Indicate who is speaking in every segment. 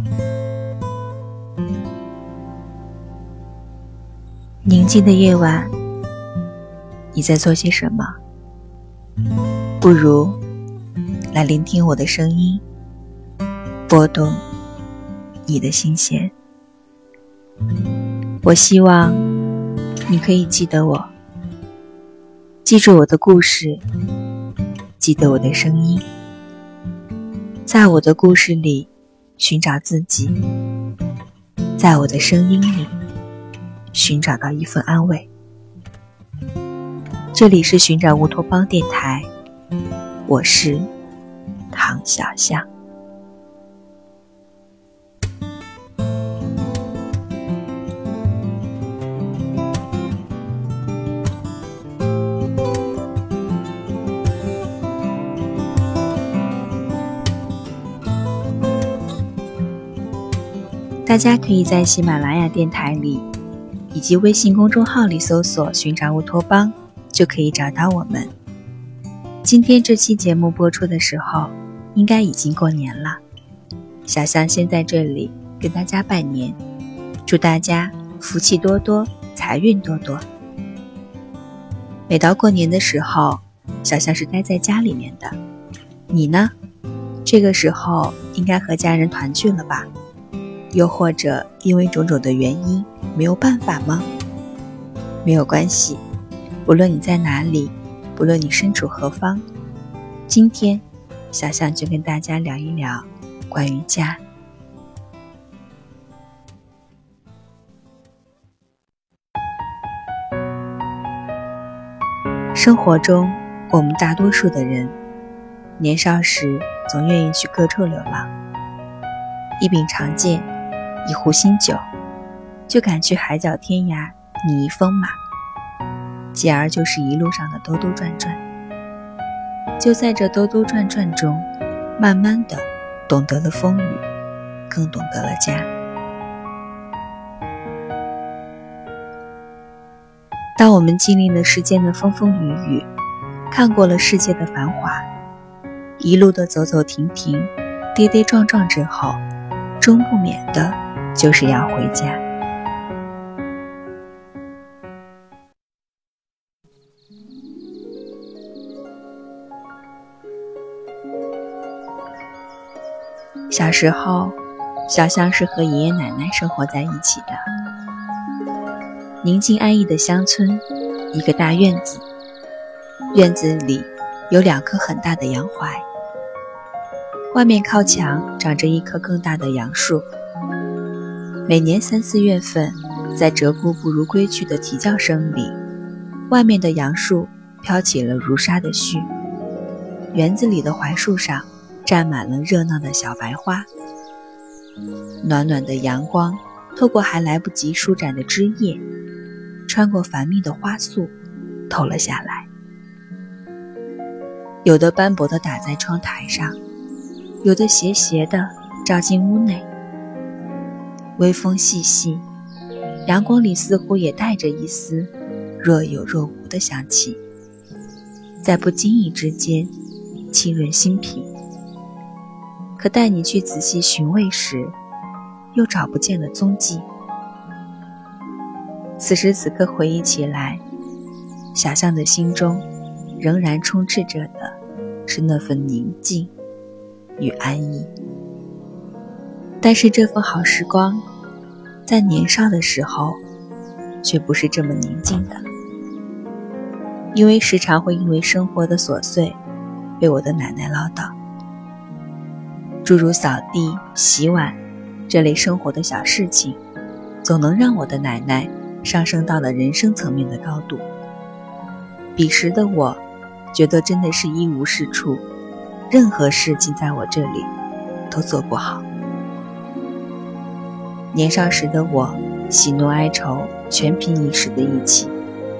Speaker 1: 宁静的夜晚，你在做些什么？不如来聆听我的声音，拨动你的心弦。我希望你可以记得我，记住我的故事，记得我的声音，在我的故事里寻找自己，在我的声音里寻找到一份安慰。这里是寻找乌托邦电台，我是唐小象。大家可以在喜马拉雅电台里以及微信公众号里搜索寻找乌托邦，就可以找到我们。今天这期节目播出的时候应该已经过年了，小象先在这里跟大家拜年，祝大家福气多多，财运多多。每到过年的时候，小象是待在家里面的，你呢？这个时候应该和家人团聚了吧？又或者因为种种的原因没有办法吗？没有关系，不论你在哪里，不论你身处何方，今天小象就跟大家聊一聊关于家。生活中，我们大多数的人年少时总愿意去各处流浪，一柄长剑，一壶新酒，就赶去海角天涯，拟一风马，继而就是一路上的兜兜转转。就在这兜兜转转中，慢慢的懂得了风雨，更懂得了家。当我们经历了世间的风风雨雨，看过了世界的繁华，一路的走走停停，跌跌撞撞之后，终不免的就是要回家。小时候，小象是和爷爷奶奶生活在一起的。宁静安逸的乡村，一个大院子，院子里有2棵很大的洋槐，外面靠墙长着一棵更大的杨树。每年3、4月份，在鹧鸪不如归去的啼叫声里，外面的杨树飘起了如纱的絮，园子里的槐树上站满了热闹的小白花。暖暖的阳光透过还来不及舒展的枝叶，穿过繁密的花束透了下来，有的斑驳地打在窗台上，有的斜斜地照进屋内。微风细细，阳光里似乎也带着一丝若有若无的香气，在不经意之间沁润心脾。可待你去仔细寻味时，又找不见了踪迹。此时此刻回忆起来，小象的心中仍然充斥着的是那份宁静与安逸。但是这份好时光，在年少的时候却不是这么宁静的，因为时常会因为生活的琐碎被我的奶奶唠叨，诸如扫地、洗碗这类生活的小事情，总能让我的奶奶上升到了人生层面的高度。彼时的我觉得真的是一无是处，任何事情在我这里都做不好。年少时的我，喜怒哀愁全凭一时的义气，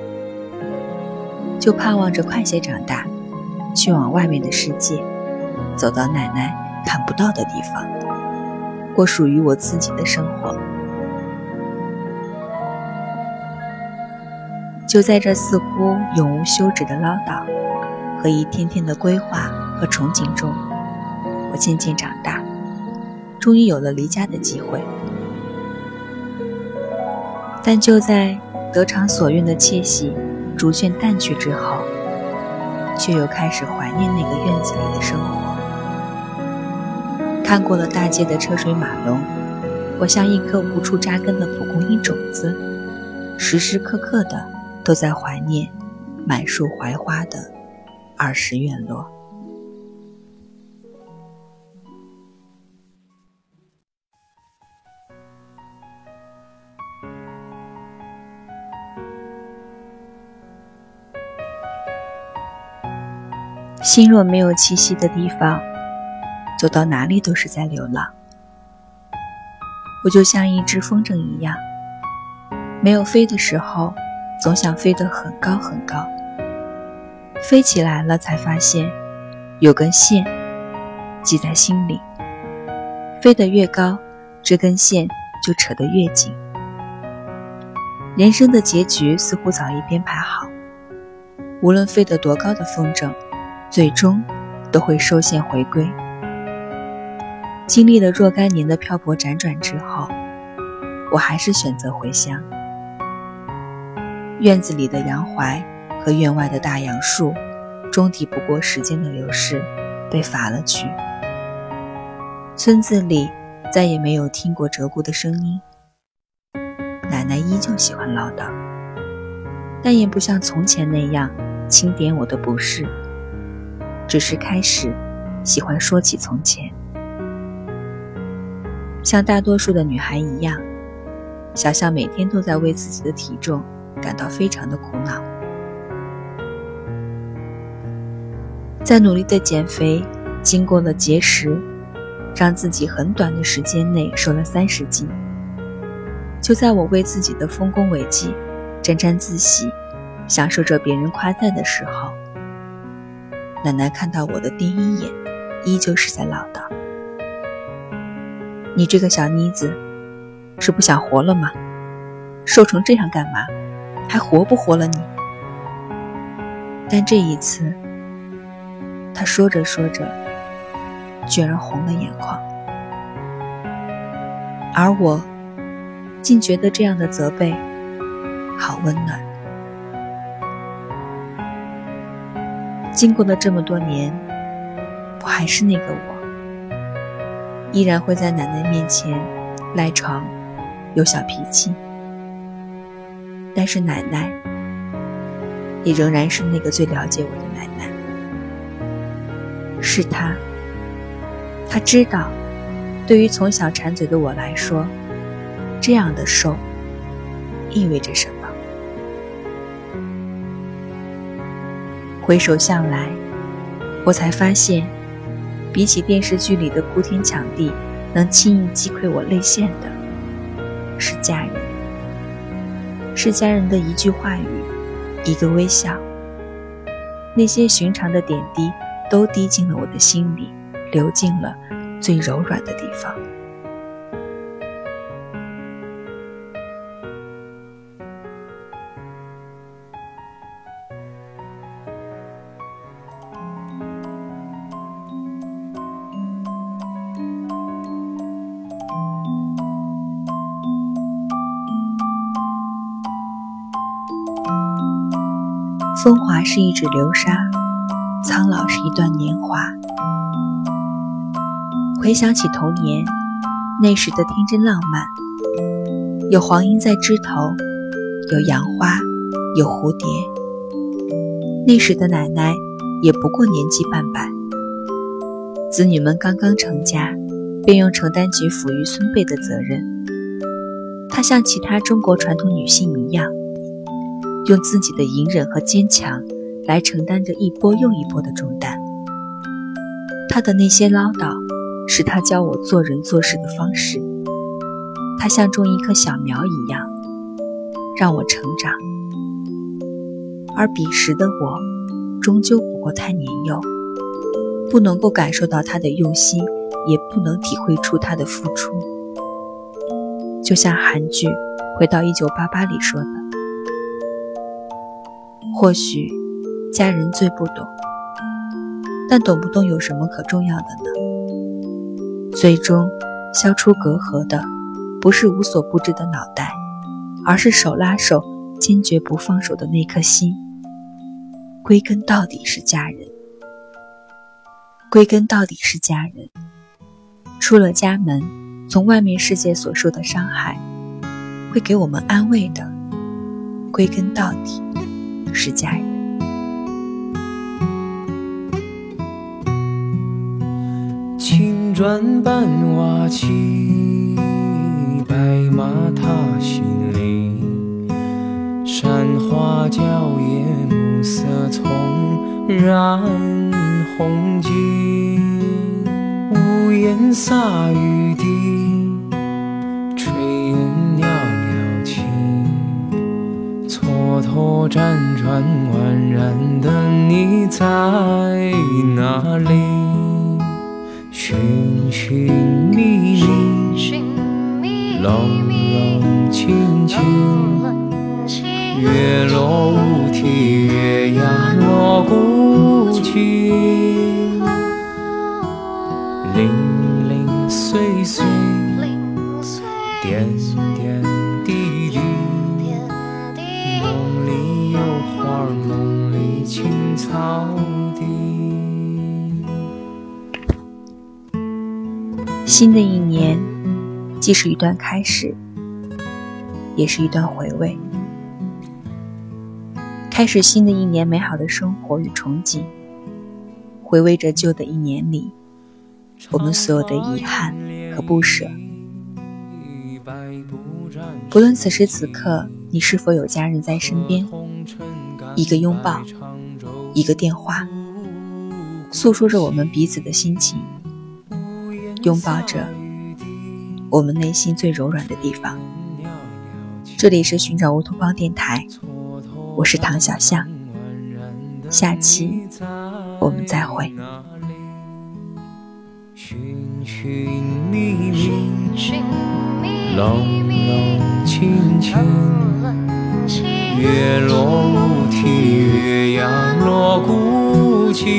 Speaker 1: 就盼望着快些长大，去往外面的世界，走到奶奶看不到的地方，过属于我自己的生活。就在这似乎永无休止的唠叨和一天天的规划和憧憬中，我渐渐长大， 终于有了离家的机会。但就在得偿所愿的窃喜逐渐淡去之后，却又开始怀念那个院子里的生活。看过了大街的车水马龙，我像一颗无处扎根的蒲公英种子，时时刻刻的都在怀念满树槐花的20院落。心若没有栖息的地方，走到哪里都是在流浪。我就像一只风筝一样，没有飞的时候，总想飞得很高很高，飞起来了才发现有根线系在心里，飞得越高，这根线就扯得越紧。人生的结局似乎早已编排好，无论飞得多高的风筝，最终都会收线回归。经历了若干年的漂泊辗转之后，我还是选择回乡。院子里的洋槐和院外的大杨树，终抵不过时间的流逝，被伐了去。村子里再也没有听过鹧鸪的声音，奶奶依旧喜欢唠叨，但也不像从前那样轻点我的不是，只是开始喜欢说起从前。像大多数的女孩一样，小象每天都在为自己的体重感到非常的苦恼。在努力的减肥，经过了节食，让自己很短的时间内瘦了30斤。就在我为自己的丰功伟绩沾沾自喜，享受着别人夸赞的时候，奶奶看到我的第一眼，依旧是在唠叨：“你这个小妮子，是不想活了吗？瘦成这样干嘛？还活不活了你？”但这一次，她说着说着，居然红了眼眶，而我竟觉得这样的责备好温暖。经过了这么多年，我还是那个我，依然会在奶奶面前赖床，有小脾气。但是奶奶也仍然是那个最了解我的奶奶。是她知道，对于从小馋嘴的我来说，这样的瘦意味着什么。回首向来，我才发现，比起电视剧里的哭天抢地，能轻易击溃我泪腺的是家人。是家人的一句话语，一个微笑，那些寻常的点滴都滴进了我的心里，流进了最柔软的地方。风华是一指流沙，苍老是一段年华。回想起童年，那时的天真浪漫，有黄莺在枝头，有杨花，有蝴蝶。那时的奶奶也不过年纪半百，子女们刚刚成家，便用承担起抚育孙辈的责任。她像其他中国传统女性一样，用自己的隐忍和坚强来承担着一波又一波的重担。他的那些唠叨是他教我做人做事的方式，他像种一棵小苗一样让我成长。而彼时的我终究不过太年幼，不能够感受到他的用心，也不能体会出他的付出。就像韩剧《回到1988》里说的，或许家人最不懂，但懂不懂有什么可重要的呢？最终消除隔阂的不是无所不知的脑袋，而是手拉手坚决不放手的那颗心。归根到底是家人，归根到底是家人。出了家门，从外面世界所受的伤害会给我们安慰的，归根到底是家人。
Speaker 2: 青砖伴瓦漆，白马踏新林，山花娇叶暮色葱，染红巾。屋檐洒雨滴，炊烟袅袅起，蹉跎辗转宛然的你在哪里？寻寻觅觅，冷冷清清，月落乌啼，月牙落孤井，零零碎碎，点点滴滴，梦里有花，梦里青草地。
Speaker 1: 新的一年既是一段开始，也是一段回味。开始新的一年美好的生活与憧憬，回味着旧的一年里我们所有的遗憾和不舍。不论此时此刻你是否有家人在身边，一个拥抱，一个电话，诉说着我们彼此的心情，拥抱着我们内心最柔软的地方。这里是寻找乌托邦电台，我是唐小象，下期我们再会。
Speaker 2: 寻寻觅觅，冷冷清清，月落乌啼，月牙落孤井，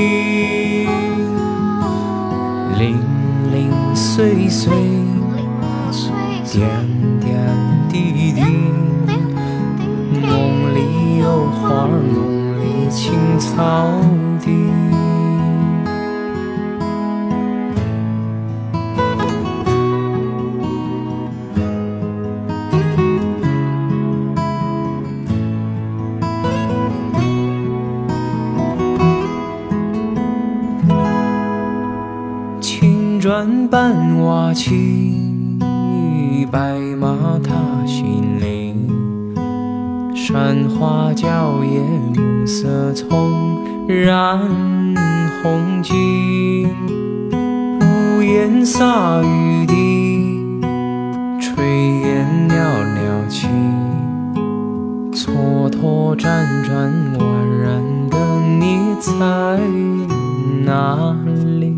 Speaker 2: 零零碎碎，点点滴滴，梦里有花，梦里青草地。青砖伴瓦漆，白马踏新林，山花娇叶暮色葱，染红巾。屋檐洒雨滴，炊烟袅袅起，蹉跎辗转宛然的你在哪里？